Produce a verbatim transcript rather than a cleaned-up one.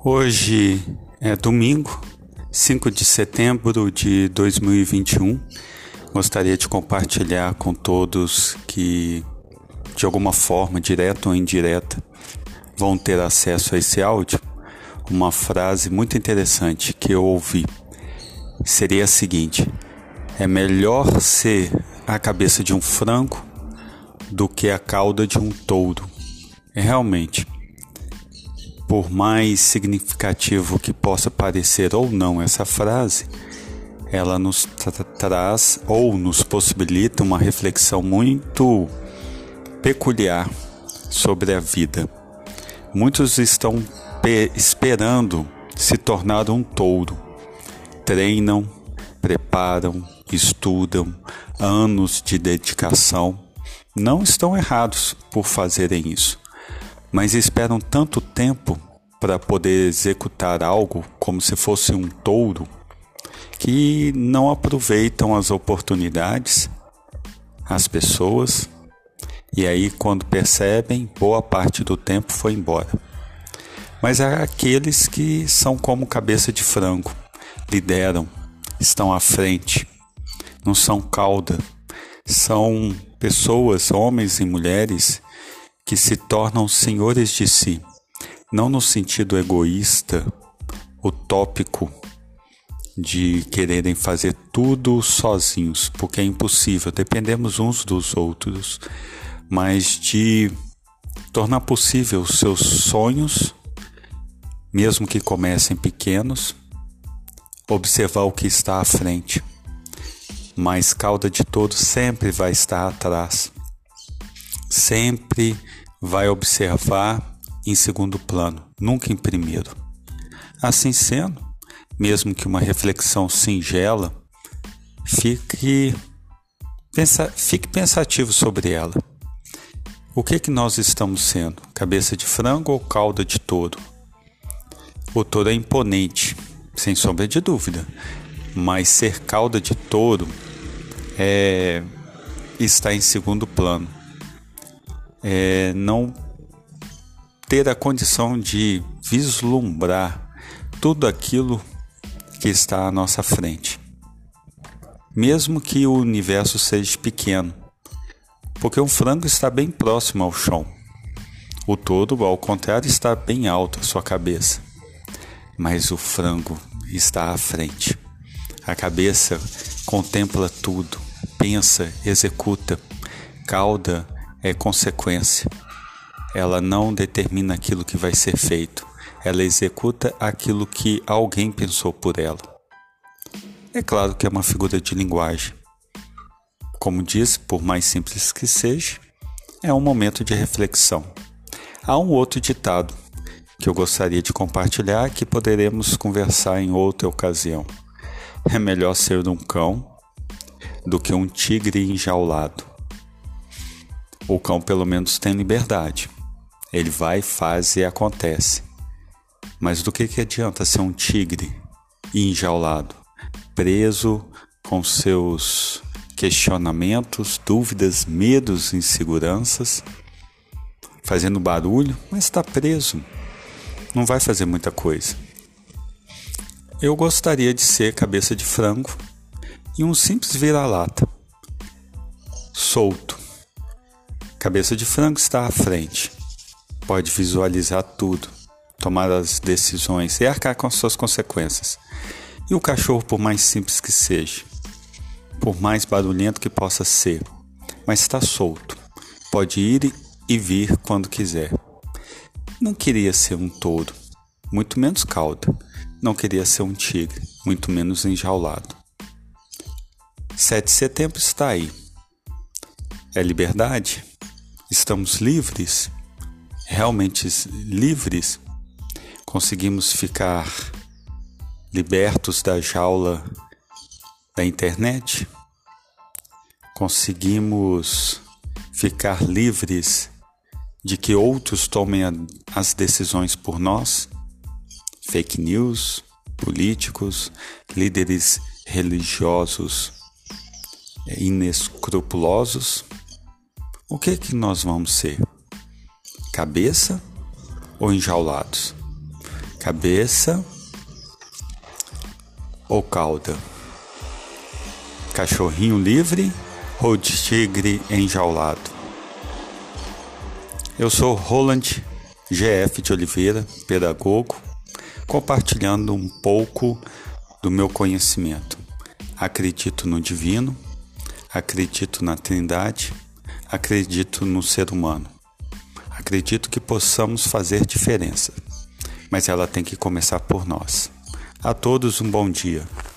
Hoje é domingo, cinco de setembro de dois mil e vinte e um. Gostaria de compartilhar com todos que, de alguma forma, direta ou indireta, vão ter acesso a esse áudio, uma frase muito interessante que eu ouvi. Seria a seguinte: é melhor ser a cabeça de um frango do que a cauda de um touro. É realmente, por mais significativo que possa parecer ou não essa frase, ela nos tra- traz ou nos possibilita uma reflexão muito peculiar sobre a vida. Muitos estão pe- esperando se tornar um touro. Treinam, preparam, estudam, anos de dedicação. Não estão errados por fazerem isso, mas esperam tanto tempo para poder executar algo como se fosse um touro, que não aproveitam as oportunidades, as pessoas, e aí quando percebem, boa parte do tempo foi embora. Mas há aqueles que são como cabeça de frango, lideram, estão à frente, não são cauda, são pessoas, homens e mulheres, que se tornam senhores de si, não no sentido egoísta, utópico, de quererem fazer tudo sozinhos, porque é impossível, dependemos uns dos outros, mas de tornar possível os seus sonhos, mesmo que comecem pequenos, observar o que está à frente, mas cauda de todos sempre vai estar atrás, sempre vai observar em segundo plano, nunca em primeiro. Assim sendo, mesmo que uma reflexão singela, fique, pensa, fique pensativo sobre ela. O que que nós estamos sendo? Cabeça de frango ou cauda de touro? O touro é imponente, sem sombra de dúvida, mas ser cauda de touro é estar em segundo plano. É não ter a condição de vislumbrar tudo aquilo que está à nossa frente, mesmo que o universo seja pequeno, porque um frango está bem próximo ao chão, o touro, ao contrário, está bem alto a sua cabeça, mas o frango está à frente. A cabeça contempla tudo, pensa, executa, cauda é consequência. Ela não determina aquilo que vai ser feito. Ela executa aquilo que alguém pensou por ela. É claro que é uma figura de linguagem. Como disse, por mais simples que seja, é um momento de reflexão. Há um outro ditado que eu gostaria de compartilhar, que poderemos conversar em outra ocasião. É melhor ser um cão do que um tigre enjaulado. O cão pelo menos tem liberdade. Ele vai, faz e acontece. Mas do que, que adianta ser um tigre enjaulado, preso com seus questionamentos, dúvidas, medos, inseguranças, fazendo barulho, mas está preso. Não vai fazer muita coisa. Eu gostaria de ser cabeça de frango e um simples vira-lata, solto. Cabeça de frango está à frente, pode visualizar tudo, tomar as decisões e arcar com as suas consequências. E o cachorro, por mais simples que seja, por mais barulhento que possa ser, mas está solto, pode ir e vir quando quiser. Não queria ser um touro, muito menos cauda. Não queria ser um tigre, muito menos enjaulado. sete de setembro está aí. É liberdade? Estamos livres? Realmente livres? Conseguimos ficar libertos da jaula da internet? Conseguimos ficar livres de que outros tomem a, as decisões por nós? Fake news, políticos, líderes religiosos inescrupulosos? O que que nós vamos ser? Cabeça ou enjaulados? Cabeça ou cauda? Cachorrinho livre ou tigre enjaulado? Eu sou Roland G F de Oliveira, pedagogo, compartilhando um pouco do meu conhecimento. Acredito no divino, acredito na Trindade, acredito no ser humano. Acredito que possamos fazer diferença, mas ela tem que começar por nós. A todos um bom dia.